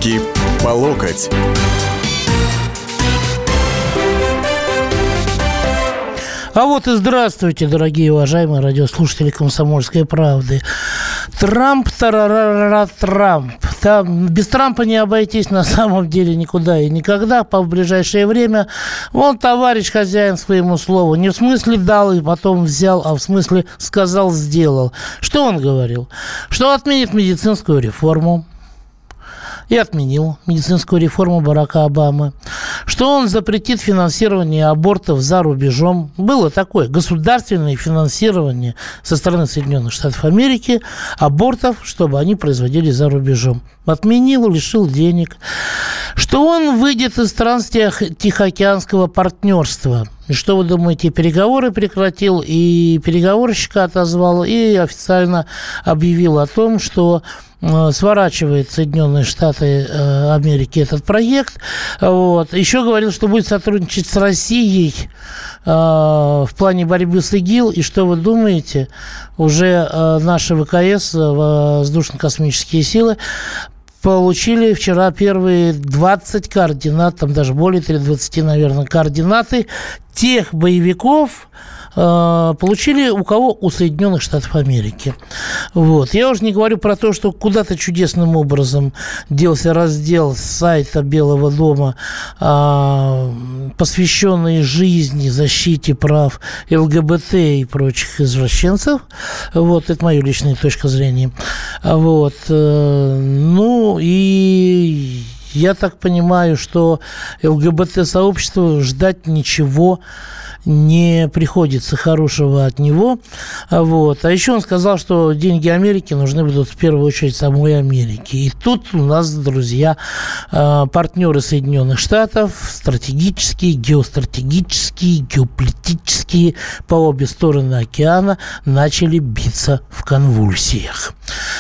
Руки по локоть. А вот и здравствуйте, дорогие уважаемые радиослушатели «Комсомольской правды». Трамп, тарарара, Трамп. Там без Трампа не обойтись на самом деле никуда и никогда. В ближайшее время он товарищ хозяин своему слову. Не в смысле дал и потом взял, а в смысле сказал, сделал. Что он говорил? Что отменит медицинскую реформу. И отменил медицинскую реформу Барака Обамы, что он запретит финансирование абортов за рубежом. Было такое государственное финансирование со стороны Соединенных Штатов Америки абортов, чтобы они производились за рубежом. Отменил, лишил денег. Что он выйдет из стран Тихоокеанского партнерства. И что вы думаете, переговоры прекратил, и переговорщика отозвал, и официально объявил о том, что сворачивает Соединенные Штаты Америки этот проект. Вот. Еще говорил, что будет сотрудничать с Россией в плане борьбы с ИГИЛ. И что вы думаете, уже наши ВКС, воздушно-космические силы, получили вчера первые 20 координат, там даже более 20, наверное, координаты тех боевиков, получили у кого? У Соединенных Штатов Америки. Вот. Я уже не говорю про то, что куда-то чудесным образом делался раздел с сайта Белого дома, посвященный жизни, защите прав ЛГБТ и прочих извращенцев. Вот. Это моя личная точка зрения. Вот. Ну и я так понимаю, что ЛГБТ-сообществу ждать ничего не приходится хорошего от него. Вот. А еще он сказал, что деньги Америки нужны будут в первую очередь самой Америке. И тут у нас, друзья, партнеры Соединенных Штатов, стратегические, геостратегические, геополитические, по обе стороны океана начали биться в конвульсиях.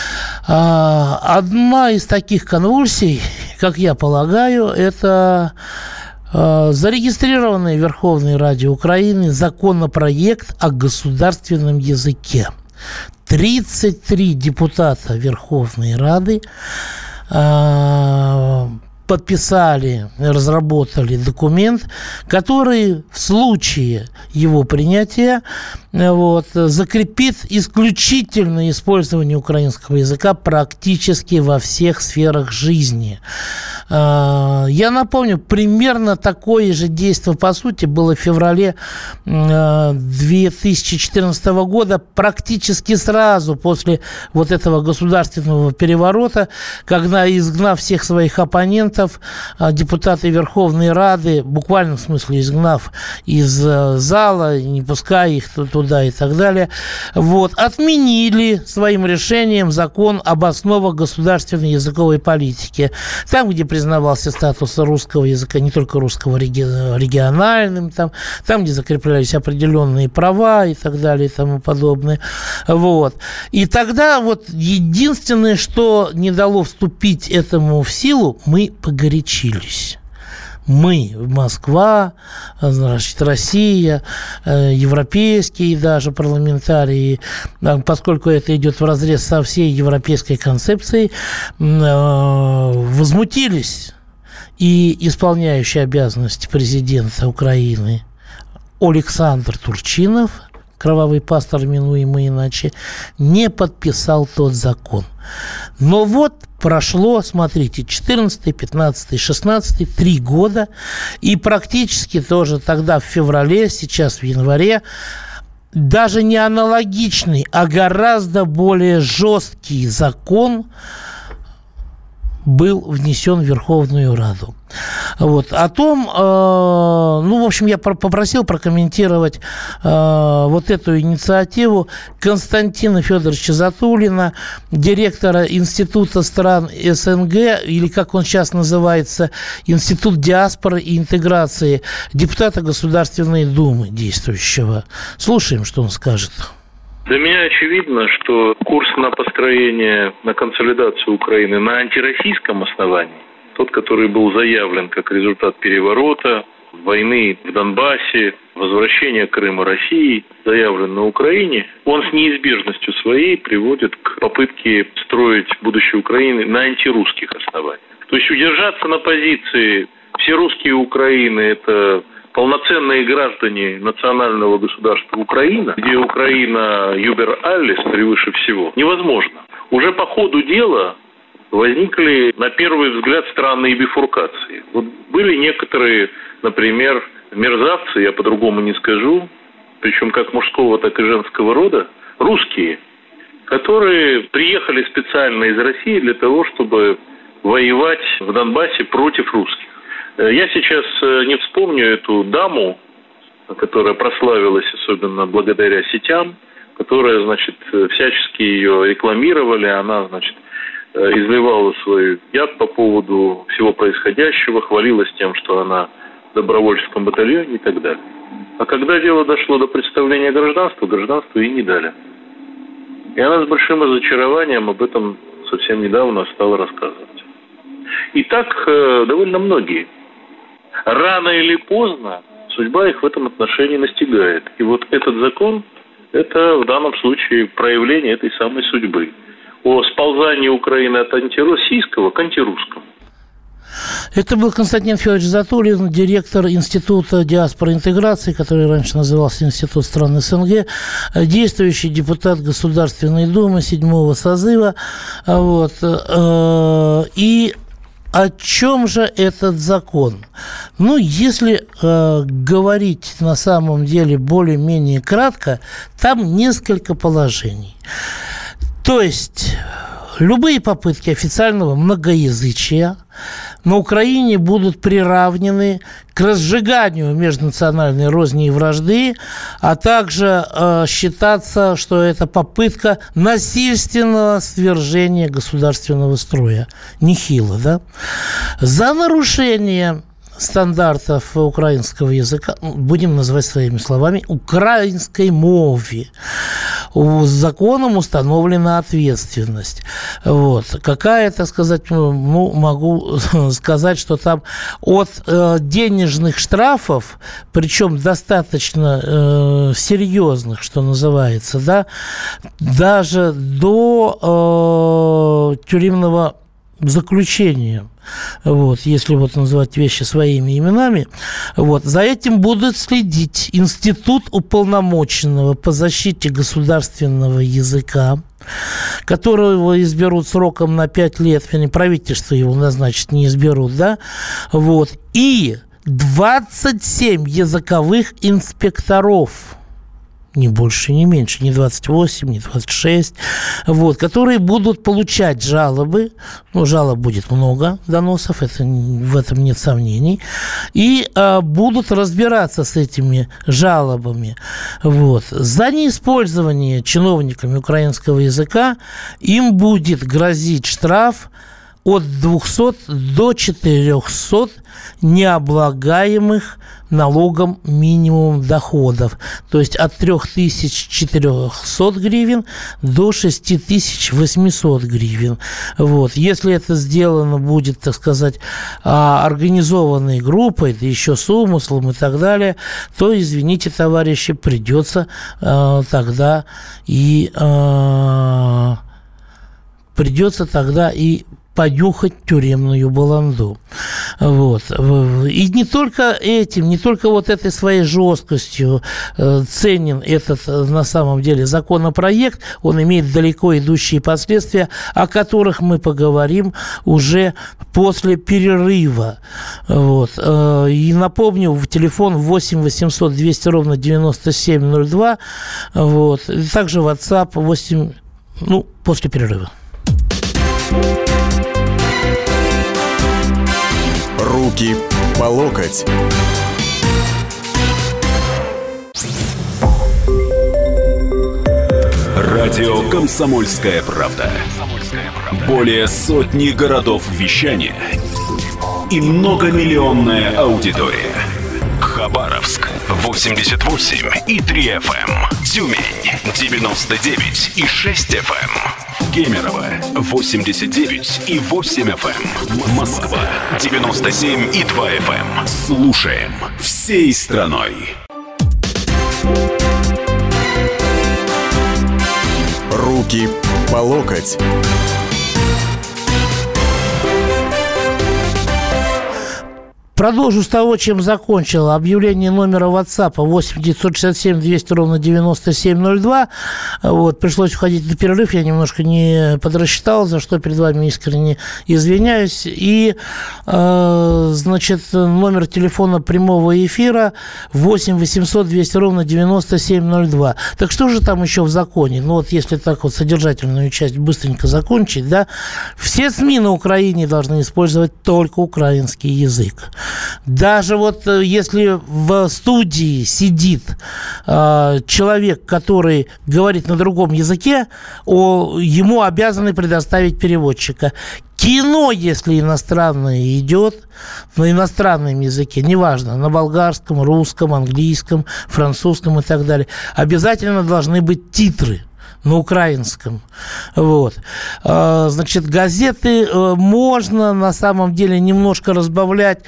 Одна из таких конвульсий, как я полагаю, это зарегистрированный в Верховной Раде Украины законопроект о государственном языке. 33 депутата Верховной Рады подписали, разработали документ, который в случае его принятия закрепит исключительное использование украинского языка практически во всех сферах жизни. Я напомню, примерно такое же действие, по сути, было в феврале 2014 года, практически сразу после вот этого государственного переворота, когда, изгнав всех своих оппонентов, депутаты Верховной Рады, буквально в смысле изгнав из зала, не пуская их туда и так далее, отменили своим решением закон об основах государственной языковой политики. Там, где признавался статус русского языка, не только русского, региональным, там где закреплялись определенные права и так далее и тому подобное. И тогда единственное, что не дало вступить этому в силу, мы погорячились. Мы, Москва, значит, Россия, европейские даже парламентарии, поскольку это идет вразрез со всей европейской концепцией, возмутились. И исполняющий обязанности президента Украины Александр Турчинов, кровавый пастор, именуемый иначе, не подписал тот закон. Но прошло, смотрите, 14, 15, 16, 3 года, и практически тоже тогда в феврале, сейчас в январе, даже не аналогичный, а гораздо более жесткий закон был внесен в Верховную Раду. О том, в общем, я попросил прокомментировать эту инициативу Константина Федоровича Затулина, директора Института стран СНГ, или как он сейчас называется, Институт диаспоры и интеграции, депутата Государственной Думы действующего. Слушаем, что он скажет. Для меня очевидно, что курс на построение, на консолидацию Украины на антироссийском основании, тот, который был заявлен как результат переворота, войны в Донбассе, возвращения Крыма России, заявлен на Украине, он с неизбежностью своей приводит к попытке строить будущее Украины на антирусских основаниях. То есть удержаться на позиции «все русские Украины» – это полноценные граждане национального государства Украина, где Украина юбер аллес превыше всего, невозможно. Уже по ходу дела возникли, на первый взгляд, странные бифуркации. Вот были некоторые, например, мерзавцы, я по-другому не скажу, причем как мужского, так и женского рода, русские, которые приехали специально из России для того, чтобы воевать в Донбассе против русских. Я сейчас не вспомню эту даму, которая прославилась особенно благодаря сетям, которая, значит, всячески ее рекламировали, она, значит, изливала свой яд по поводу всего происходящего, хвалилась тем, что она в добровольческом батальоне и так далее. А когда дело дошло до представления гражданства, гражданство ей не дали. И она с большим разочарованием об этом совсем недавно стала рассказывать. И так довольно многие. Рано или поздно судьба их в этом отношении настигает. И вот этот закон – это в данном случае проявление этой самой судьбы. О сползании Украины от антироссийского к антирусскому. Это был Константин Федорович Затулин, директор Института диаспоры и интеграции, который раньше назывался Институт стран СНГ, действующий депутат Государственной Думы 7-го созыва. Вот. И о чем же этот закон? Ну, если говорить на самом деле более-менее кратко, там несколько положений. То есть любые попытки официального многоязычия на Украине будут приравнены к разжиганию межнациональной розни и вражды, а также считаться, что это попытка насильственного свержения государственного строя. Нехило, да? За нарушение стандартов украинского языка, будем называть своими словами, украинской мовы, законом установлена ответственность. Вот. Какая, так сказать, ну, могу сказать, что там от денежных штрафов, причем достаточно серьезных, что называется, да, даже до тюремного заключения. Вот, если вот называть вещи своими именами, вот, за этим будут следить Институт уполномоченного по защите государственного языка, которого изберут сроком на 5 лет, правительство его назначит, не изберут, да, вот, и 27 языковых инспекторов, не больше, не меньше, не 28, не 26, вот, которые будут получать жалобы, ну, жалоб будет много, доносов, в этом нет сомнений, и будут разбираться с этими жалобами. Вот. За неиспользование чиновниками украинского языка им будет грозить штраф от 200 до 400 необлагаемых налогом минимум доходов. То есть от 3400 гривен до 6800 гривен. Вот. Если это сделано будет, так сказать, организованной группой, да еще с умыслом и так далее, то, извините, товарищи, придется тогда и понюхать тюремную баланду. Вот. И не только этим, не только вот этой своей жесткостью ценен этот, на самом деле, законопроект, он имеет далеко идущие последствия, о которых мы поговорим уже после перерыва. Вот. И напомню, телефон 8 800 200 ровно 9702, вот. И также WhatsApp 8, после перерыва. Руки по локоть. Радио «Комсомольская правда». Более сотни городов вещания и многомиллионная аудитория. Хабаровск 88,3 FM. Тюмень 99,6 FM. Кемерово 89,8 FM. Москва 97,2 FM. Слушаем всей страной. Руки по локоть. Продолжу с того, чем закончил. Объявление номера WhatsApp 8 967 200 ровно 9702. Вот, пришлось уходить на перерыв, я немножко не подрасчитал, за что перед вами искренне извиняюсь. И, значит, номер телефона прямого эфира 8 800 200 ровно 9702. Так что же там еще в законе? Ну, вот если так вот содержательную часть быстренько закончить, да, все СМИ на Украине должны использовать только украинский язык. Даже вот если в студии сидит человек, который говорит на другом языке, ему обязаны предоставить переводчика. Кино, если иностранное идет, на иностранном языке, неважно, на болгарском, русском, английском, французском и так далее, обязательно должны быть титры на украинском. Вот. Значит, газеты можно на самом деле немножко разбавлять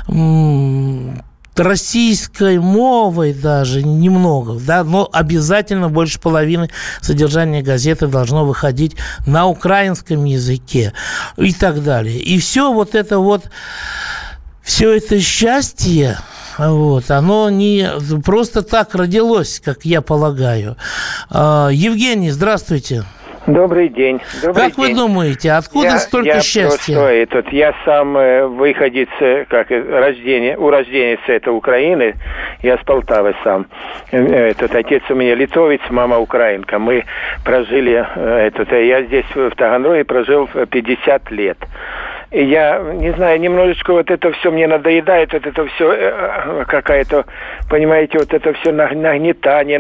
российской мовой даже немного, да, но обязательно больше половины содержания газеты должно выходить на украинском языке и так далее. И все вот это счастье, вот, оно не просто так родилось, как я полагаю. Евгений, здравствуйте. Добрый день. Как вы думаете, откуда столько счастья? Я сам выходец, урожденец это Украины, я с Полтавы сам. Отец у меня литовец, мама украинка. Мы прожили, я здесь в Таганроге прожил 50 лет. И я, не знаю, немножечко вот это все мне надоедает, вот это все какая-то, понимаете, вот это все нагнетание.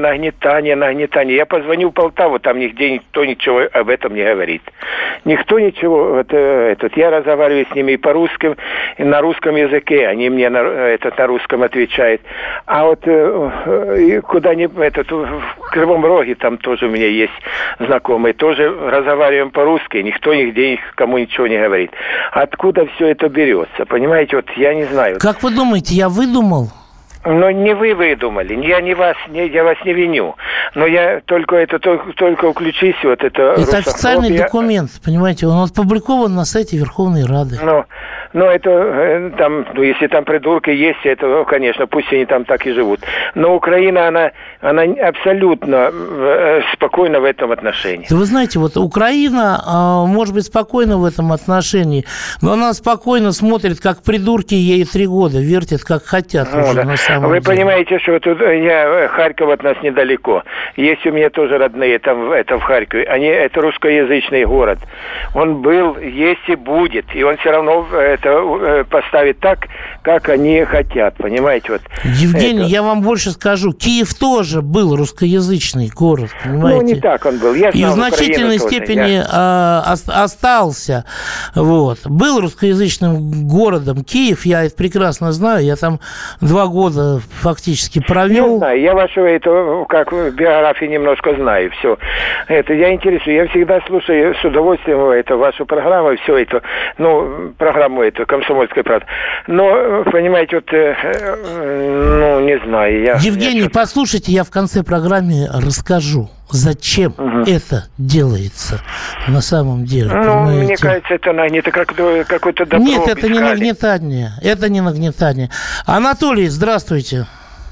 Я позвоню в Полтаву, там нигде никто ничего об этом не говорит. Никто ничего, я разговариваю с ними и по-русски, и на русском языке, они мне на русском отвечают. А вот куда-нибудь, в Кривом Роге там тоже у меня есть знакомые, тоже разговариваем по-русски, никто нигде никому ничего не говорит. Откуда все это берется? Понимаете, вот я не знаю. Как вы думаете, я выдумал? Но не вы выдумали, я вас не виню. Но я только включись, вот это. Это официальный документ, понимаете, он опубликован на сайте Верховной Рады. Но это там, если там придурки есть, это, конечно, пусть они там так и живут. Но Украина, она абсолютно спокойна в этом отношении. Да вы знаете, вот Украина может быть спокойна в этом отношении, но она спокойно смотрит, как придурки ей 3 года вертят, как хотят уже на самом Вы деле. понимаете, что тут Харьков от нас недалеко. Есть у меня тоже родные там в Харькове. Это русскоязычный город. Он был, есть и будет. И он все равно поставит так, как они хотят. Понимаете? Вот. Евгений, я вам больше скажу. Киев тоже был русскоязычный город. Понимаете? Не так он был. Я знал, и в значительной степени остался. Вот. Был русскоязычным городом Киев. Я это прекрасно знаю. Я там 2 года фактически провел. Не знаю, я вашу биографию немножко знаю, все. Я интересуюсь, я всегда слушаю с удовольствием вашу программу, все это, программу эту «Комсомольская правда». Но, понимаете, не знаю. Евгений, послушайте, я в конце программы расскажу, зачем это делается на самом деле. Мне кажется, это какой-то добро. Нет, это не нагнетание. Это не нагнетание. Анатолий, здравствуйте.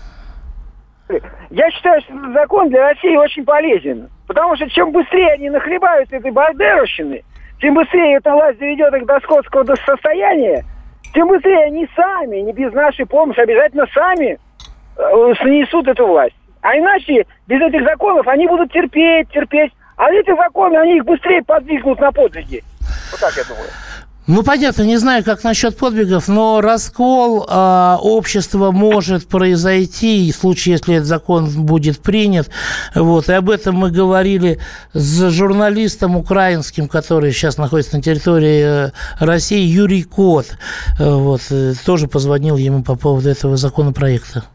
Я считаю, что этот закон для России очень полезен. Потому что чем быстрее они нахлебают этой бандеровщины, чем быстрее эта власть доведет их до скотского состояния, тем быстрее они сами, не без нашей помощи, обязательно сами снесут эту власть. А иначе без этих законов они будут терпеть. А эти законы, они их быстрее подвигнут на подвиги. Вот так я думаю. Понятно, не знаю, как насчет подвигов, но раскол общества может произойти, в случае, если этот закон будет принят. Вот, и об этом мы говорили с журналистом украинским, который сейчас находится на территории России, Юрий Кот. Вот, тоже позвонил ему по поводу этого законопроекта.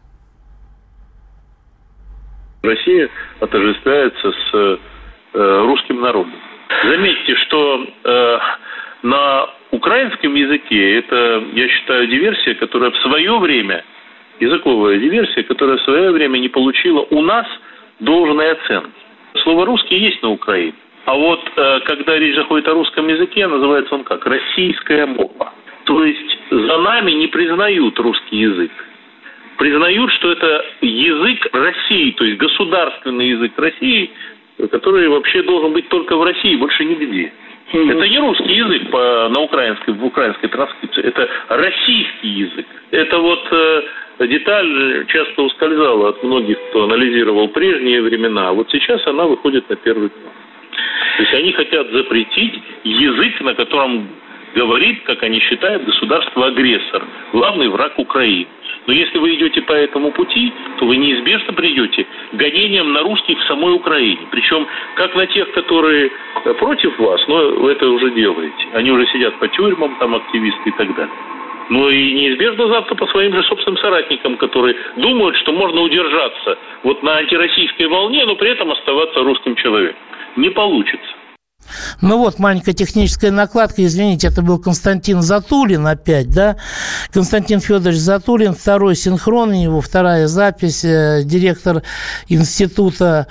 Россия отождествляется с русским народом. Заметьте, что на украинском языке это, я считаю, диверсия, которая в свое время, языковая диверсия, которая в свое время не получила у нас должной оценки. Слово «русский» есть на Украине. А вот когда речь заходит о русском языке, называется он как? Российская мова. То есть за нами не признают русский язык. Признают, что это язык России, то есть государственный язык России, который вообще должен быть только в России, больше нигде. Это не русский язык в украинской транскрипции, это российский язык. Это вот деталь часто ускользала от многих, кто анализировал прежние времена, а вот сейчас она выходит на первый план. То есть они хотят запретить язык, на котором говорит, как они считают, государство-агрессор, главный враг Украины. Но если вы идете по этому пути, то вы неизбежно придете к гонениям на русских в самой Украине. Причем как на тех, которые против вас, но вы это уже делаете. Они уже сидят по тюрьмам, там активисты и так далее. Но и неизбежно завтра по своим же собственным соратникам, которые думают, что можно удержаться вот на антироссийской волне, но при этом оставаться русским человеком. Не получится. Ну вот, маленькая техническая накладка, извините, это был Константин Затулин опять, да? Константин Федорович Затулин, второй синхрон, его вторая запись, директор Института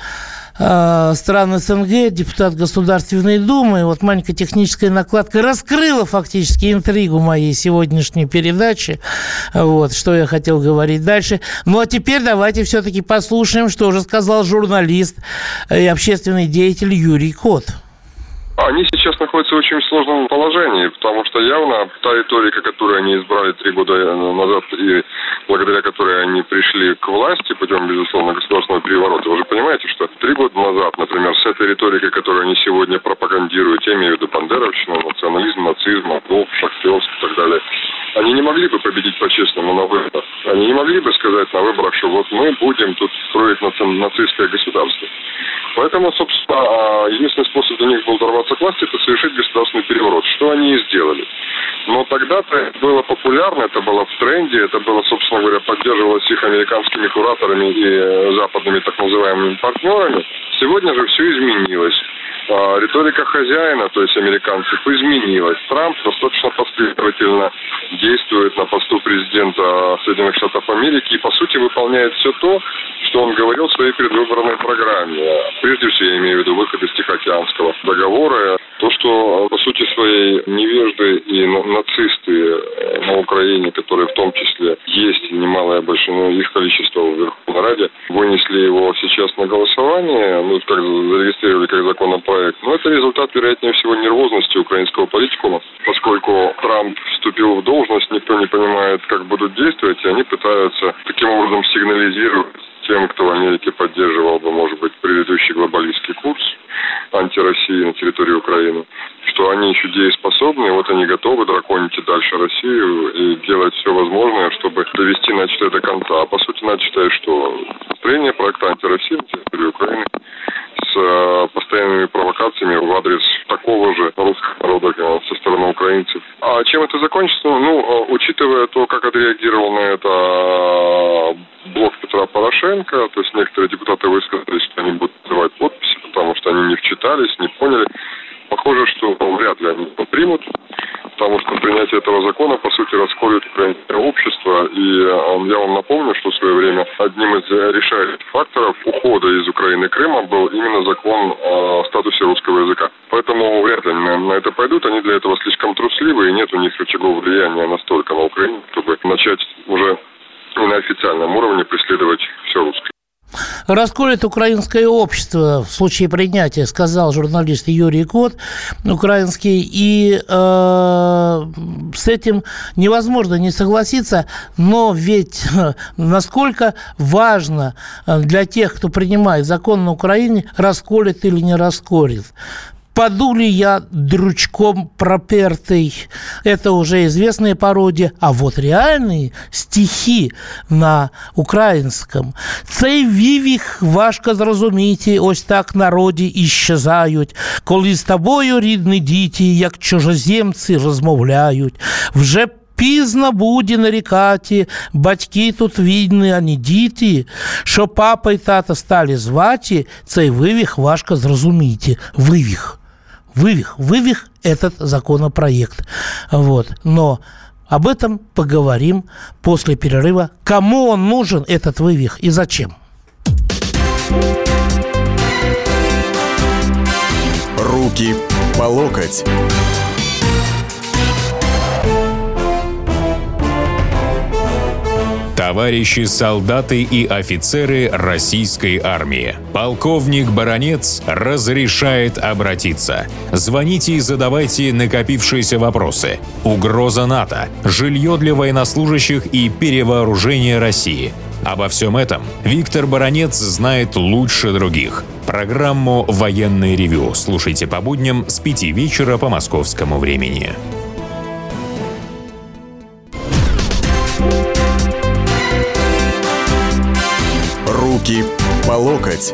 стран СНГ, депутат Государственной Думы. Вот маленькая техническая накладка раскрыла фактически интригу моей сегодняшней передачи. Вот, что я хотел говорить дальше. Ну, а теперь давайте все-таки послушаем, что же сказал журналист и общественный деятель Юрий Кот. Они сейчас находятся в очень сложном положении, потому что явно та риторика, которую они избрали 3 года назад и благодаря которой они пришли к власти путем, безусловно, государственного переворота. Вы же понимаете, что 3 года назад, например, с этой риторикой, которую они сегодня пропагандируют, я имею в виду бандеровщину, национализм, нацизм, Азов, Шахтерск и так далее, они не могли бы победить по-честному на выборах. Они не могли бы сказать на выборах, что вот мы будем тут строить нацистское государство. Поэтому, собственно, единственный способ для них был дорваться к власти, это совершить государственный переворот, что они и сделали. Но тогда-то это было популярно, это было в тренде, это было, собственно говоря, поддерживалось их американскими кураторами и западными так называемыми партнерами. Сегодня же все изменилось. Риторика хозяина, то есть американцев, изменилась. Трамп достаточно последовательно действует на посту президента Соединенных Штатов Америки и, по сути, выполняет все то, что он говорил в своей предвыборной программе. Прежде всего, я имею в виду выход из Тихоокеанского договора. То, что, по сути своей, невежды и нацисты на Украине, которые в том числе есть немалое большое их количество в Верховной Раде, вынесли его сейчас на голосование, как зарегистрировали как законопроект. Но это результат, вероятнее всего, нервозности украинского политикума, поскольку Трамп вступил в должность, никто не понимает, как будут действовать, и они пытаются таким образом сигнализировать тем, кто в Америке поддерживал бы, может быть, предыдущий глобалистский курс антироссии на территории Украины, что они еще дееспособны, вот они готовы драконить и дальше Россию и делать все возможное, чтобы довести начатое до конца. А по сути, начатое что? Построение проекта антироссии на территории Украины с постоянными провокациями в адрес такого же русского народа со стороны украинцев. А чем это закончится? Учитывая то, как отреагировал на это блок Петра Порошенко, то есть некоторые депутаты высказались, что они будут называть подписи, потому что они не вчитались, не поняли. Похоже, что вряд ли они его примут, потому что принятие этого закона, по сути, расколет украинское общество. И я вам напомню, что в свое время одним из решающих факторов ухода из Украины и Крыма был именно закон о статусе русского языка. Поэтому вряд ли они на это пойдут. Они для этого слишком трусливы, и нет у них рычагов влияния настолько на Украину, чтобы начать уже и на официальном уровне преследовать все русское. Расколет украинское общество в случае принятия, сказал журналист Юрий Кот, украинский, и с этим невозможно не согласиться, но ведь насколько важно для тех, кто принимает закон на Украине, расколет или не расколет. Паду ли я дручком пропертый? Это уже известные пародии. А вот реальные стихи на українському. Цей вівіх важко зрозуміти, ось так народі іщезають, коли з тобою, рідні діти, як чужоземці розмовляють. Вже пізно буде нарікати, батьки тут видні, а не діти, що папа і тата стали звати, цей вивіх важко зрозуміти. Вывих этот законопроект. Вот. Но об этом поговорим после перерыва. Кому он нужен, этот вывих, и зачем? Руки по локоть. Товарищи солдаты и офицеры российской армии, полковник Баранец разрешает обратиться. Звоните и задавайте накопившиеся вопросы. Угроза НАТО, жилье для военнослужащих и перевооружение России. Обо всем этом Виктор Баранец знает лучше других. Программу «Военное ревю» слушайте по будням с 5 вечера по московскому времени. Руки по локоть.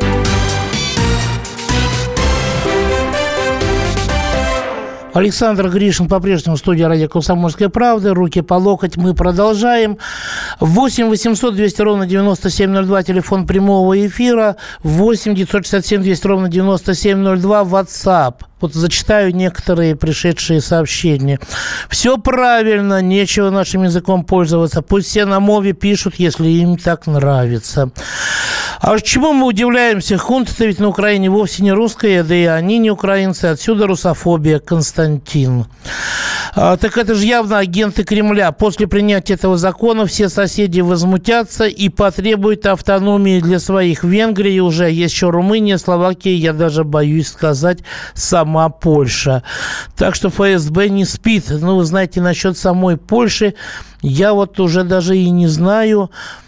Александр Гришин по-прежнему в студии радио «Комсомольская правда». Руки по локоть. Мы продолжаем. 8 800 200 ровно 9702. Телефон прямого эфира. 8 967 200 ровно 9702. WhatsApp. Вот зачитаю некоторые пришедшие сообщения. Все правильно, нечего нашим языком пользоваться. Пусть все на мове пишут, если им так нравится. А чему мы удивляемся? Хунта-то ведь на Украине вовсе не русская, да и они не украинцы. Отсюда русофобия, Константин. Так это же явно агенты Кремля. После принятия этого закона все соседи возмутятся и потребуют автономии для своих. В Венгрии уже есть еще Румыния, Словакия, я даже боюсь сказать, сама Польша. Так что ФСБ не спит. Ну, вы знаете, насчет самой Польши я вот уже даже и не знаю.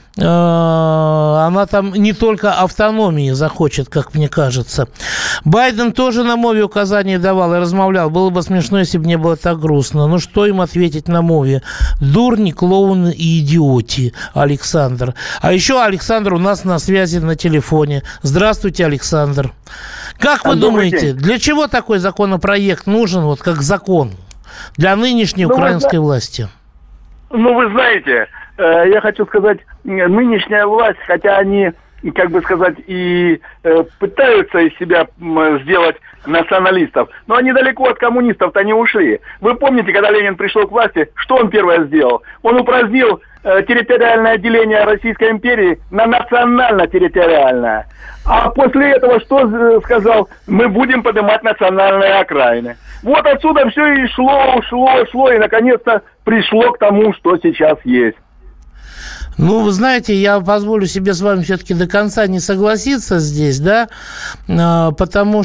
Она там не только автономии захочет, как мне кажется. Байден тоже на мове указания давал и размовлял. Было бы смешно, если бы не было так грустно. Ну, что им ответить на мове? Дурни, клоуны и идиоти, Александр. А еще Александр у нас на связи на телефоне. Здравствуйте, Александр. Как вы думаете, для чего такой законопроект нужен, вот как закон, для нынешней украинской власти? Ну, вы знаете, я хочу сказать, нынешняя власть, хотя они, как бы сказать, и пытаются из себя сделать националистов, но они далеко от коммунистов-то не ушли. Вы помните, когда Ленин пришел к власти, что он первое сделал? Он упразднил территориальное деление Российской империи на национально-территориальное. А после этого что сказал? Мы будем поднимать национальные окраины. Вот отсюда все и шло, и наконец-то пришло к тому, что сейчас есть. Ну, вы знаете, я позволю себе с вами все-таки до конца не согласиться здесь, да, потому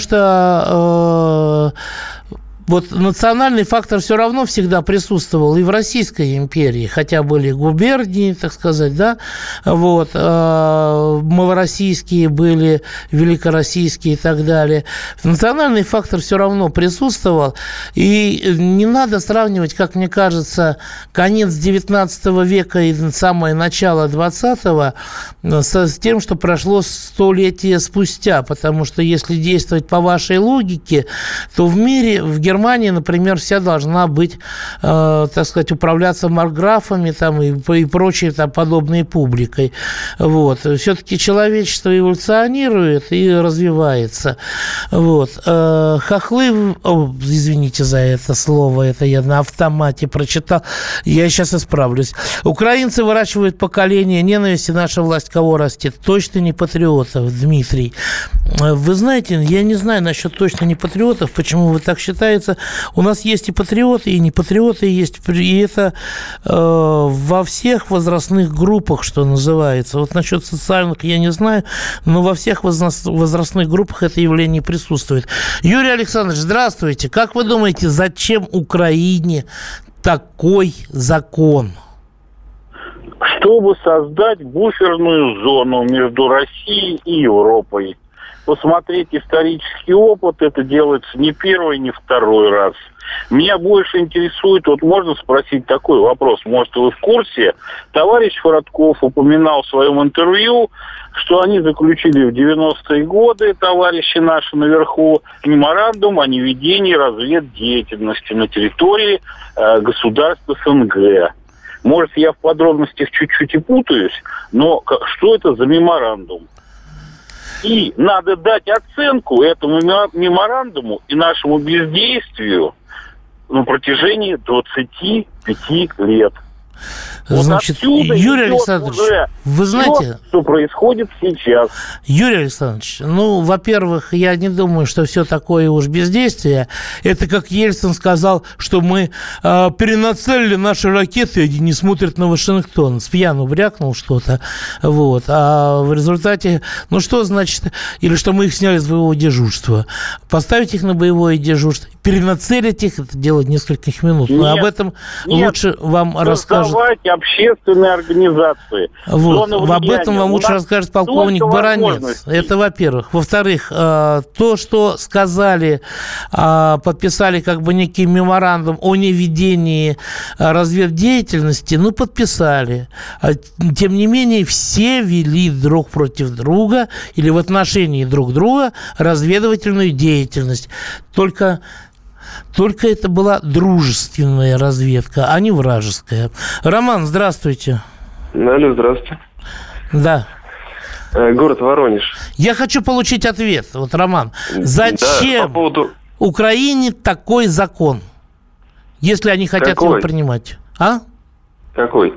что вот национальный фактор все равно всегда присутствовал и в Российской империи, хотя были губернии, так сказать, да, вот, малороссийские были, великороссийские и так далее. Национальный фактор все равно присутствовал, и не надо сравнивать, как мне кажется, конец 19 века и самое начало 20-го с тем, что прошло столетия спустя, потому что если действовать по вашей логике, то в мире, в Германии, например, вся должна быть, так сказать, управляться маркграфами там, и прочей там, подобной публикой. Вот. Все-таки человечество эволюционирует и развивается. Вот. Хохлы, извините за это слово, это я на автомате прочитал, я сейчас исправлюсь. Украинцы выращивают поколение ненависти, наша власть кого растет? Точно не патриотов, Дмитрий. Вы знаете, я не знаю насчет точно не патриотов, почему вы так считаете. У нас есть и патриоты, и не патриоты есть, и это во всех возрастных группах, что называется. Вот насчет социальных я не знаю, но во всех возрастных группах это явление присутствует. Юрий Александрович, здравствуйте. Как вы думаете, зачем Украине такой закон? Чтобы создать буферную зону между Россией и Европой. Посмотреть исторический опыт, это делается не первый, не второй раз. Меня больше интересует, вот можно спросить такой вопрос, может, вы в курсе, товарищ Форотков упоминал в своем интервью, что они заключили в 90-е годы, товарищи наши наверху, меморандум о неведении разведдеятельности на территории государств СНГ. Может, я в подробностях чуть-чуть и путаюсь, но что это за меморандум? И надо дать оценку этому меморандуму и нашему бездействию на протяжении 25 лет. Вот Значит, отсюда Юрий идет Александрович, уже вы знаете... что происходит сейчас. Юрий Александрович, ну, во-первых, я не думаю, что все такое уж бездействие. Это как Ельцин сказал, что мы перенацелили наши ракеты, и не смотрят на Вашингтон. С пьяну брякнул что-то. Вот. А в результате, ну, что значит? Или что мы их сняли с боевого дежурства. Поставить их на боевое дежурство, перенацелить их, это делать нескольких минут. Но об этом лучше вам расскажет... общественные организации. Вот. Об этом вам лучше расскажет полковник Баранец. Это во-первых. Во-вторых, то, что сказали, подписали как бы некий меморандум о неведении разведдеятельности, ну, подписали. Тем не менее, все вели друг против друга или в отношении друг друга разведывательную деятельность. Только это была дружественная разведка, а не вражеская. Роман, здравствуйте. Алло, здравствуйте. Да. Город Воронеж. Я хочу получить ответ. Вот, Роман, зачем по поводу... Украине такой закон, если они хотят его принимать? А? Какой?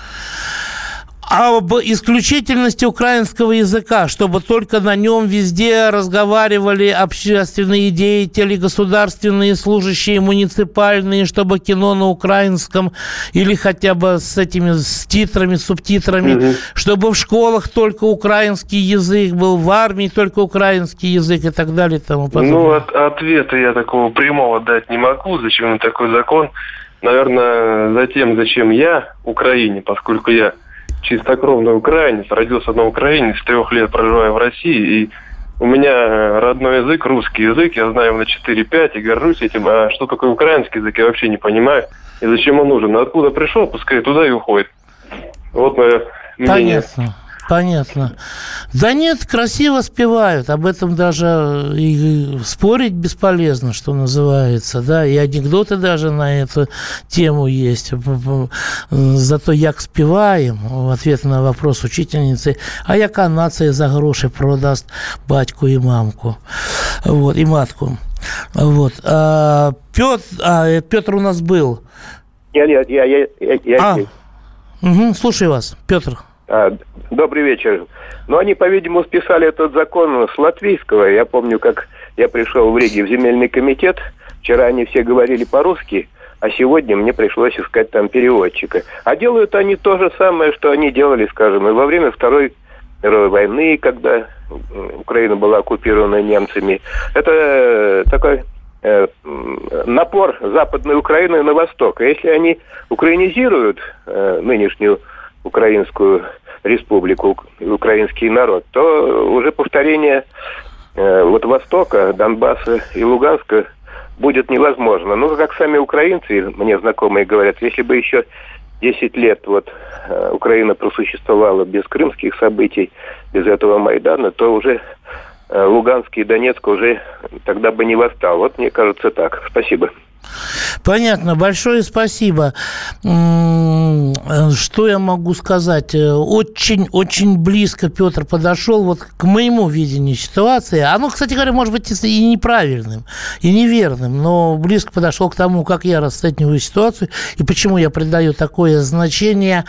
Об исключительности украинского языка, чтобы только на нем везде разговаривали общественные деятели, государственные служащие, муниципальные, чтобы кино на украинском или хотя бы с этими с титрами, субтитрами, чтобы в школах только украинский язык был, в армии только украинский язык и так далее и тому подобное. Ну, ответа я такого прямого дать не могу, зачем такой закон. Наверное, за тем, зачем я Украине, поскольку я чистокровный украинец, родился на Украине, с 3 лет проживаю в России, и у меня родной язык, русский язык, я знаю его на 4-5 и горжусь этим, а что такое украинский язык, я вообще не понимаю, и зачем он нужен, откуда пришел, пускай туда и уходит. Вот мое мнение. Понятно. Да нет, красиво спевают, об этом даже и спорить бесполезно, что называется, да, и анекдоты даже на эту тему есть. Зато як спеваем, в ответ на вопрос учительницы, а яка нация за гроши продаст батьку и мамку, вот, и матку. Вот. Петр у нас был. Я. Слушаю вас, Петр. Добрый вечер. Ну, они, по-видимому, списали этот закон с латвийского. Я помню, как я пришел в Риге в земельный комитет. Вчера они все говорили по-русски, а сегодня мне пришлось искать там переводчика. А делают они то же самое, что они делали, скажем, и во время Второй мировой войны, когда Украина была оккупирована немцами. Это такой напор Западной Украины на восток. А если они украинизируют нынешнюю Украинскую республику, украинский народ, то уже повторение вот Востока, Донбасса и Луганска будет невозможно. Ну, как сами украинцы, мне знакомые говорят, если бы еще 10 лет вот Украина просуществовала без крымских событий, без этого Майдана, то уже Луганск и Донецк уже тогда бы не восстал. Вот мне кажется так. Спасибо. Понятно, большое спасибо. Что я могу сказать? Очень близко Петр подошел вот к моему видению ситуации. Оно, кстати говоря, может быть и неправильным, и неверным, но близко подошел к тому, как я расцениваю ситуацию и почему я придаю такое значение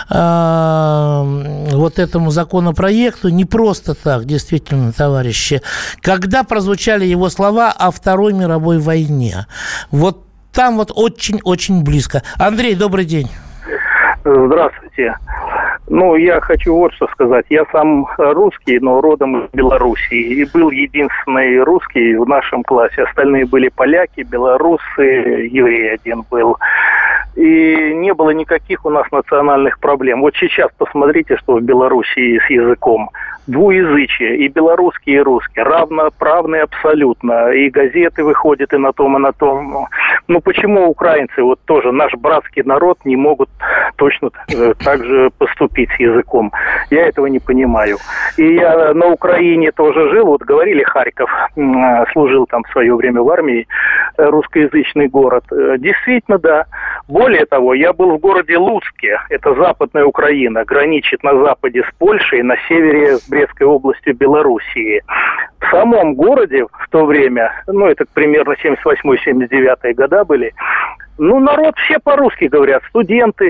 вот этому законопроекту. Не просто так, действительно, товарищи. Когда прозвучали его слова о Второй мировой войне, вот там вот очень-очень близко. Андрей, добрый день. Здравствуйте. Ну, я хочу вот что сказать. Я сам русский, но родом из Белоруссии. И был единственный русский в нашем классе. Остальные были поляки, белорусы, еврей один был. И не было никаких у нас национальных проблем. Вот сейчас посмотрите, что в Белоруссии с языком. Двуязычие, и белорусский, и русский, равноправные абсолютно, и газеты выходят и на том, и на том. Ну, почему украинцы, вот тоже наш братский народ, не могут точно так же поступить с языком? Я этого не понимаю. И я на Украине тоже жил, вот говорили, Харьков, служил там в свое время в армии, русскоязычный город. Действительно, да. Более того, я был в городе Луцке, это Западная Украина, граничит на западе с Польшей, на севере с Брестской областью Белоруссии. В самом городе в то время, ну это примерно 78-79 года были, ну народ все по-русски говорят, студенты,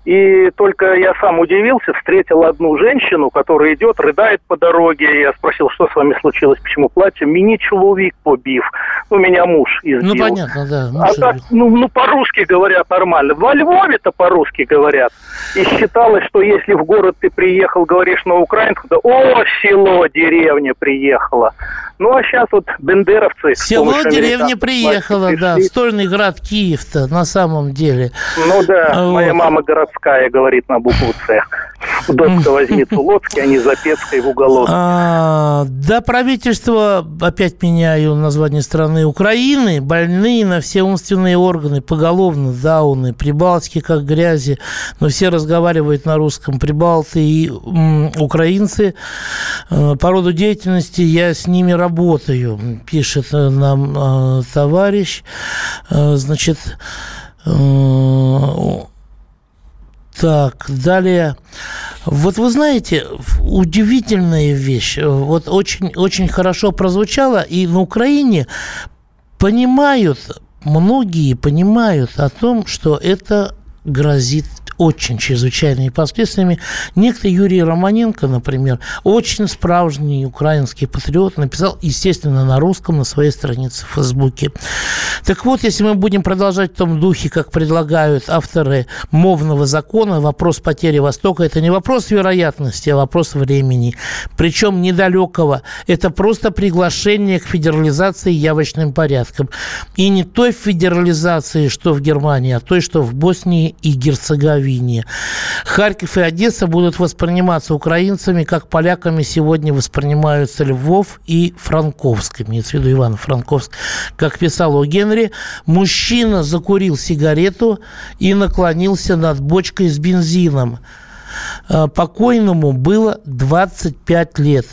И только я сам удивился, встретил одну женщину, которая идет, рыдает по дороге. Я спросил, что с вами случилось, почему плачете? Мені чоловік побив. Меня муж избил. Понятно, да. А так, по-русски говорят нормально. Во Львове-то по-русски говорят. И считалось, что если в город ты приехал, говоришь на украинском, то село, деревня приехала. А сейчас вот бендеровцы... Село, деревня приехала, да. Стольный град Киев-то на самом деле. Моя мама городская, говорит на букву «Ц». Дочка возьми Цулоцкий, а не Запецкой в уголок. Да, правительство, опять меняю название страны, Украины, больные на все умственные органы, поголовно, дауны, прибалтики как грязи, но все разговаривают на русском, прибалты и украинцы. По роду деятельности я с ними работаю, пишет нам товарищ. Значит, так, далее. Вот вы знаете, удивительная вещь. Вот очень, очень хорошо прозвучало, и на Украине многие понимают о том, что это грозит очень чрезвычайными последствиями. Некто Юрий Романенко, например, очень справжний украинский патриот, написал, естественно, на русском на своей странице в Фейсбуке. Так вот, если мы будем продолжать в том духе, как предлагают авторы мовного закона, вопрос потери Востока – это не вопрос вероятности, а вопрос времени. Причем недалекого. Это просто приглашение к федерализации явочным порядком. И не той федерализации, что в Германии, а той, что в Боснии и Герцеговине. Харьков и Одесса будут восприниматься украинцами, как поляками сегодня воспринимаются Львов и Франковск. Имеется в виду Ивано-Франковск. Как писал О. Генри, мужчина закурил сигарету и наклонился над бочкой с бензином. Покойному было 25 лет.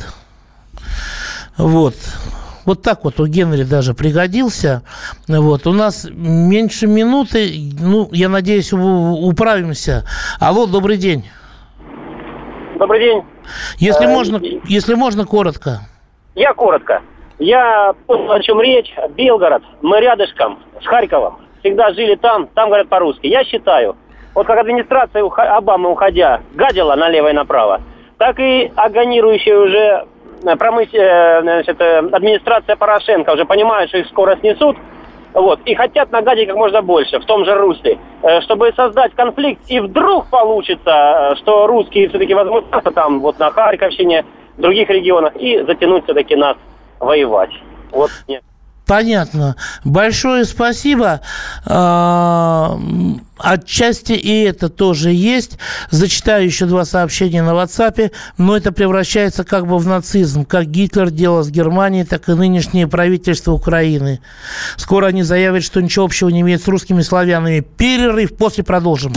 Вот так вот у Генри даже пригодился. У нас меньше минуты. Я надеюсь, управимся. Алло, добрый день. Добрый день. Если можно, коротко. Я коротко. Я понял, о чем речь. Белгород. Мы рядышком с Харьковом. Всегда жили там говорят по-русски. Я считаю, вот как администрация Обамы, уходя, гадила налево и направо, так и агонирующая уже администрация Порошенко уже понимает, что их скоро снесут, и хотят нагадить как можно больше в том же русле, чтобы создать конфликт, и вдруг получится, что русские все-таки возмутятся там, на Харьковщине, в других регионах, и затянуть все-таки нас воевать. Нет. Понятно. Большое спасибо. Отчасти и это тоже есть. Зачитаю еще 2 сообщения на WhatsApp, но это превращается как бы в нацизм. Как Гитлер делал с Германией, так и нынешнее правительство Украины. Скоро они заявят, что ничего общего не имеют с русскими славянами. Перерыв, после продолжим.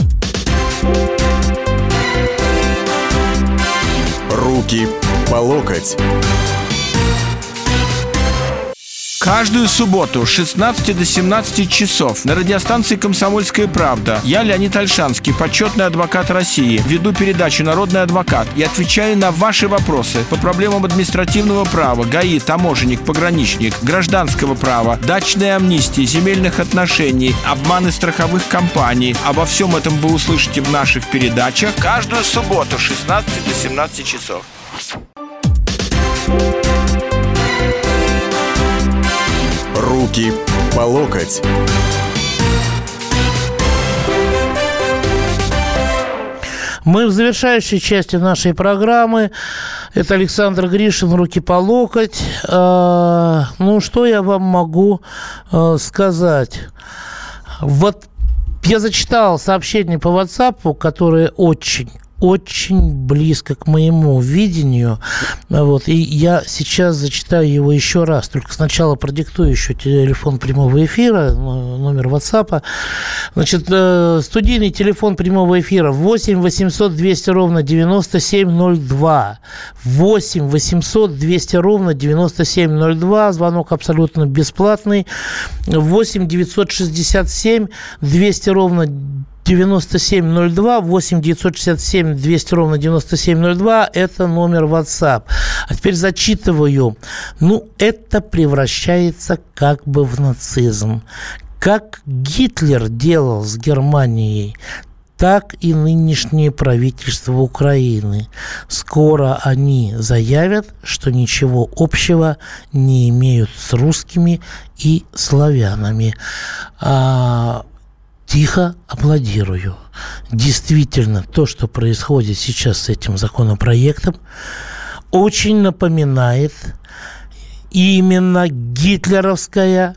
Руки по локоть. Каждую субботу с 16 до 17 часов на радиостанции «Комсомольская правда» я, Леонид Ольшанский, почетный адвокат России, веду передачу «Народный адвокат» и отвечаю на ваши вопросы по проблемам административного права, ГАИ, таможенник, пограничник, гражданского права, дачной амнистии, земельных отношений, обманы страховых компаний. Обо всем этом вы услышите в наших передачах каждую субботу с 16 до 17 часов. Руки по локоть. Мы в завершающей части нашей программы. Это Александр Гришин, «Руки по локоть». Что я вам могу сказать? Я зачитал сообщение по WhatsApp, которое очень близко к моему видению. И я сейчас зачитаю его еще раз. Только сначала продиктую еще телефон прямого эфира, номер WhatsApp. Студийный телефон прямого эфира 8 800 200 ровно 9702. 8 800 200 ровно 9702. Звонок абсолютно бесплатный. 8 967 200 ровно 9702, 8 967 200 ровно 9702, это номер WhatsApp. А теперь зачитываю. Это превращается как бы в нацизм. Как Гитлер делал с Германией, так и нынешнее правительство Украины. Скоро они заявят, что ничего общего не имеют с русскими и славянами. Тихо аплодирую. Действительно, то, что происходит сейчас с этим законопроектом, очень напоминает именно гитлеровское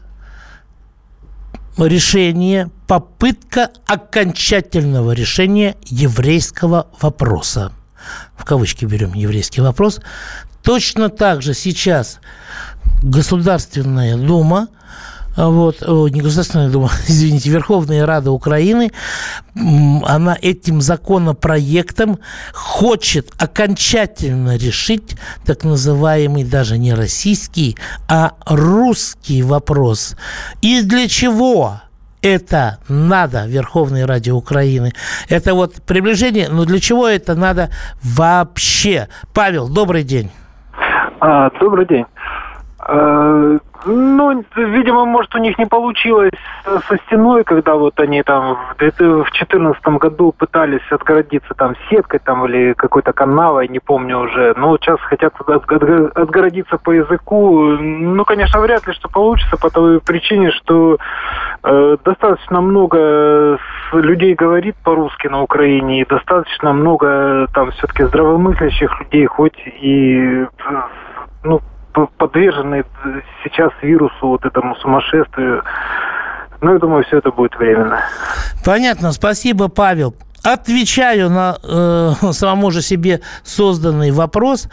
решение, попытка окончательного решения еврейского вопроса. В кавычки берем еврейский вопрос. Точно так же сейчас Государственная Дума, не Государственная Дума, извините, Верховная Рада Украины, она этим законопроектом хочет окончательно решить так называемый даже не российский, а русский вопрос. И для чего это надо Верховной Раде Украины? Это вот приближение, но для чего это надо вообще? Павел, добрый день. Добрый день. Видимо, может, у них не получилось со стеной, когда вот они там в 2014 году пытались отгородиться там сеткой там или какой-то канавой, не помню уже. Но сейчас хотят отгородиться по языку. Конечно, вряд ли что получится по той причине, что достаточно много людей говорит по-русски на Украине, и достаточно много там все-таки здравомыслящих людей, хоть и подвержены сейчас вирусу, вот этому сумасшествию. Я думаю, все это будет временно. Понятно. Спасибо, Павел. Отвечаю на самому же себе заданный вопрос.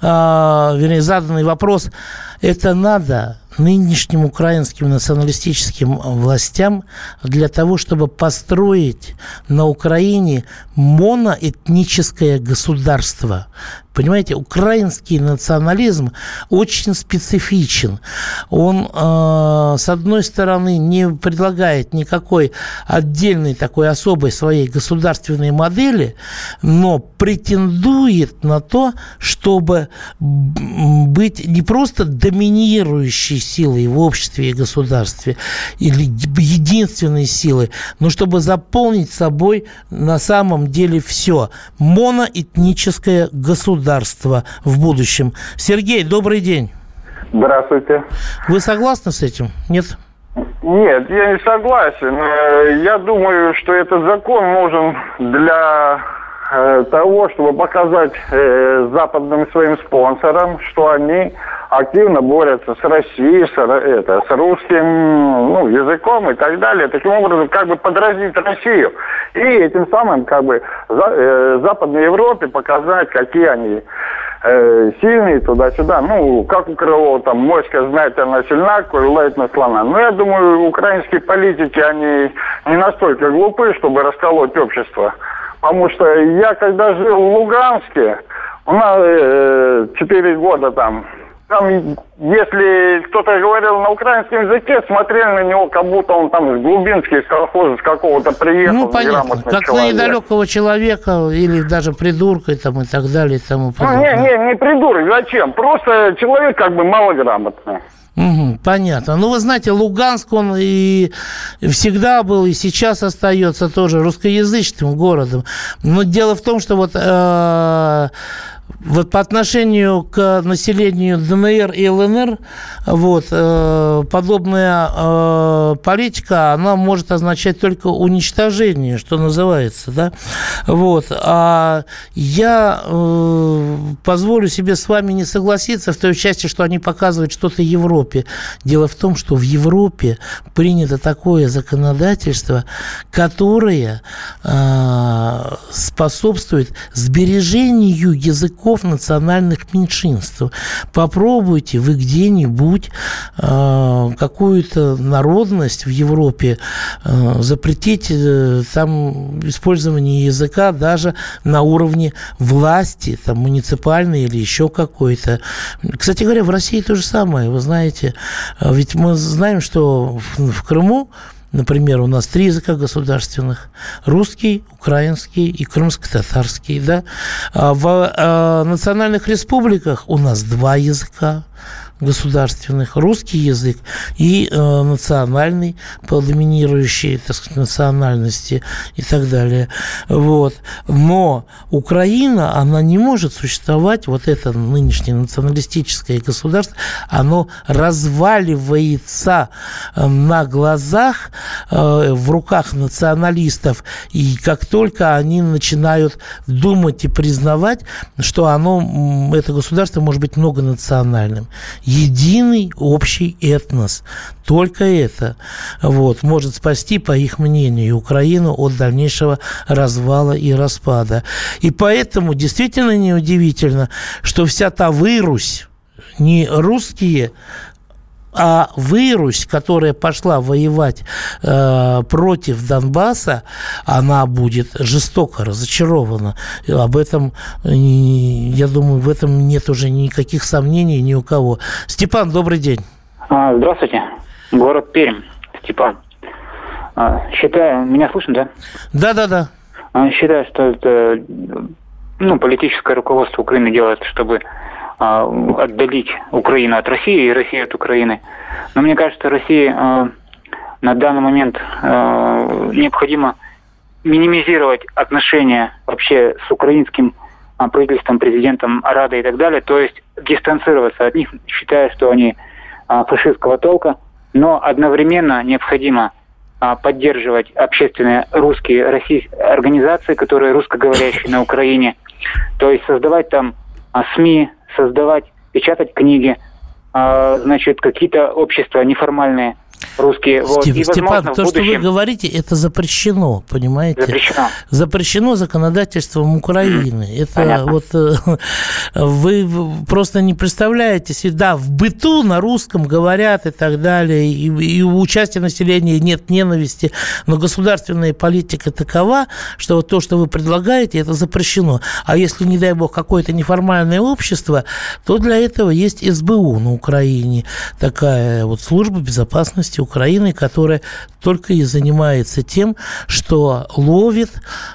Это надо нынешним украинским националистическим властям для того, чтобы построить на Украине моноэтническое государство. Понимаете, украинский национализм очень специфичен. Он, с одной стороны, не предлагает никакой отдельной такой особой своей государственной модели, но претендует на то, чтобы быть не просто доминирующей силой в обществе и государстве или единственной силой, но чтобы заполнить собой на самом деле все. Моноэтническое государство в будущем. Сергей, добрый день. Здравствуйте. Вы согласны с этим? Нет? Нет, я не согласен. Я думаю, что этот закон нужен для того, чтобы показать западным своим спонсорам, что они активно борются с Россией, с русским языком и так далее. Таким образом, подразнить Россию. И этим самым, Западной Европе показать, какие они сильные туда-сюда. Как у Крылова, там, моська, знаете, она сильна, коль лает на слона. Но я думаю, украинские политики, они не настолько глупы, чтобы расколоть общество. Потому что я, когда жил в Луганске, у нас 4 года там, если кто-то говорил на украинском языке, смотрели на него, как будто он там из глубинских колхозов какого-то приехал. Понятно. Как человек. На недалекого человека или даже придурка и так далее. И тому подобное. Не придурок, зачем? Просто человек малограмотный. Понятно. Вы знаете, Луганск, он и всегда был, и сейчас остается тоже русскоязычным городом. Но дело в том, что вот по отношению к населению ДНР и ЛНР подобная политика, она может означать только уничтожение, что называется, да? А я позволю себе с вами не согласиться в той части, что они показывают что-то Европе. Дело в том, что в Европе принято такое законодательство, которое способствует сбережению языков национальных меньшинств. Попробуйте вы где-нибудь какую-то народность в Европе запретить там использование языка даже на уровне власти, там, муниципальной или еще какой-то. Кстати говоря, в России то же самое, вы знаете. Ведь мы знаем, что в Крыму, например, у нас 3 языка государственных. Русский, украинский и крымско-татарский. Да? А в национальных республиках у нас 2 языка. государственных, русский язык и национальный, по доминирующей, так сказать, национальности и так далее. Вот. Но Украина, она не может существовать, вот это нынешнее националистическое государство, оно разваливается на глазах, в руках националистов, и как только они начинают думать и признавать, что это государство может быть многонациональным. Единый общий этнос. Только это может спасти, по их мнению, Украину от дальнейшего развала и распада. И поэтому действительно неудивительно, что вся та вырусь, не русские, а вырусь, которая пошла воевать против Донбасса, она будет жестоко разочарована. Об этом, я думаю, в этом нет уже никаких сомнений ни у кого. Степан, добрый день. Здравствуйте. Город Пермь. Степан. Считаю, меня слышно, да? Да. Считаю, что это политическое руководство Украины делает, чтобы отдалить Украину от России и Россию от Украины. Но мне кажется, России на данный момент необходимо минимизировать отношения вообще с украинским правительством, президентом, Радой и так далее, то есть дистанцироваться от них, считая, что они фашистского толка, но одновременно необходимо поддерживать общественные русские, российские организации, которые русскоговорящие на Украине, то есть создавать там СМИ, печатать книги, какие-то общества неформальные, русские. Степан, то, что вы говорите, это запрещено, понимаете? Запрещено законодательством Украины. Это вы просто не представляете себе. Да, в быту на русском говорят и так далее, и у участия населения нет ненависти, но государственная политика такова, что то, что вы предлагаете, это запрещено. А если, не дай бог, какое-то неформальное общество, то для этого есть СБУ на Украине, такая служба безопасности Украины, которая только и занимается тем, что ловит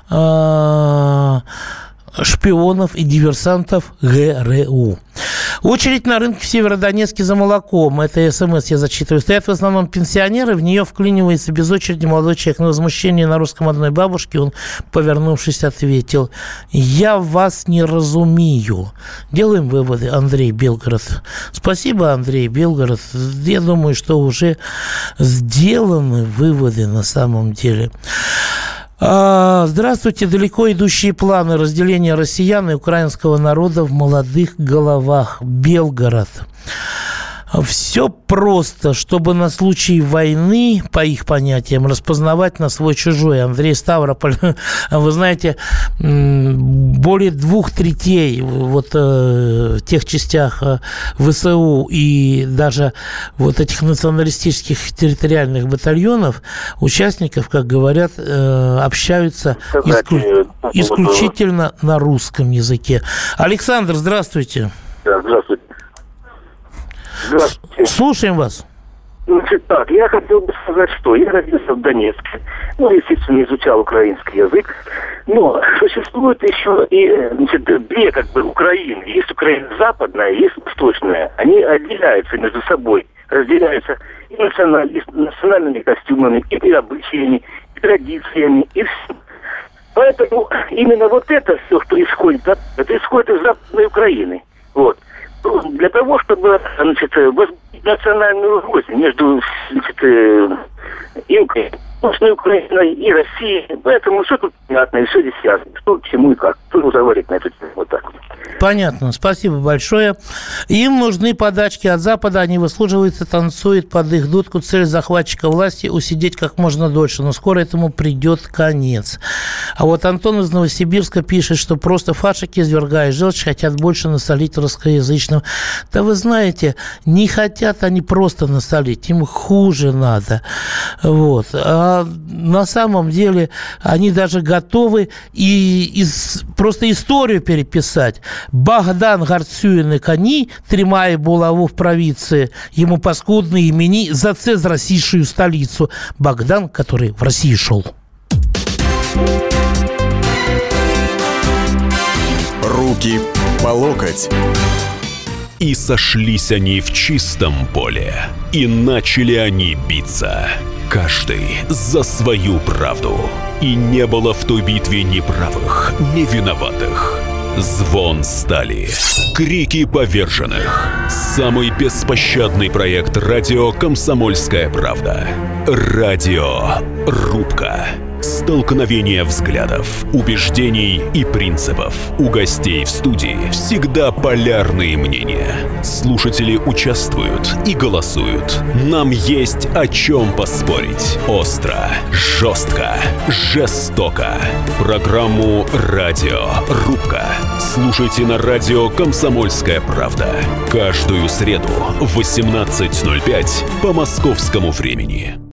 шпионов и диверсантов ГРУ. Очередь на рынке в Северодонецке за молоком. Это СМС я зачитываю. Стоят в основном пенсионеры, в нее вклинивается без очереди молодой человек. На возмущение на русском одной бабушки он, повернувшись, ответил: «Я вас не разумею». Делаем выводы, Андрей, Белгород. Спасибо, Андрей, Белгород. Я думаю, что уже сделаны выводы на самом деле. Здравствуйте. Далеко идущие планы разделения россиян и украинского народа в молодых головах. Белгород. Все просто, чтобы на случай войны, по их понятиям, распознавать на свой-чужой. Андрей, Ставрополь. Вы знаете, более 2/3 в тех частях ВСУ и даже этих националистических территориальных батальонов участников, как говорят, общаются исключительно на русском языке. Александр, здравствуйте. Да, здравствуйте. Здравствуйте. Слушаем вас. Я хотел бы сказать, что я родился в Донецке. Естественно, изучал украинский язык. Но существует еще и две Украины. Есть Украина западная, есть восточная. Они отделяются между собой. Разделяются и национальными костюмами, и обычаями, и традициями, и все. Поэтому именно это все, что исходит, это исходит из Западной Украины. Для того, чтобы возбудить национальную рознь между и Восточной Украиной, и Россией. Поэтому все тут понятно, и все здесь связано. Что к чему и как. Что говорить на эту тему так. Понятно, спасибо большое. Им нужны подачки от Запада, они выслуживаются, танцуют под их дудку. Цель захватчика власти – усидеть как можно дольше, но скоро этому придет конец. А Антон из Новосибирска пишет, что просто фашики, извергая желчь, хотят больше насолить русскоязычным. Да вы знаете, не хотят они просто насолить, им хуже надо. А на самом деле они даже готовы просто историю переписать. Богдан гарцює на коні, тримає булаву в правице, ему паскудные имени за це з Российшую столицу. Богдан, который в России шел. Руки по локоть. И сошлись они в чистом поле, и начали они биться, каждый за свою правду. И не было в той битве ни правых, ни виноватых. Звон стали, крики поверженных. Самый беспощадный проект радио «Комсомольская правда». Радиорубка. Столкновение взглядов, убеждений и принципов. У гостей в студии всегда полярные мнения. Слушатели участвуют и голосуют. Нам есть о чем поспорить. Остро, жестко, жестоко. Программу «Радиорубка» слушайте на радио «Комсомольская правда». Каждую среду в 18:05 по московскому времени.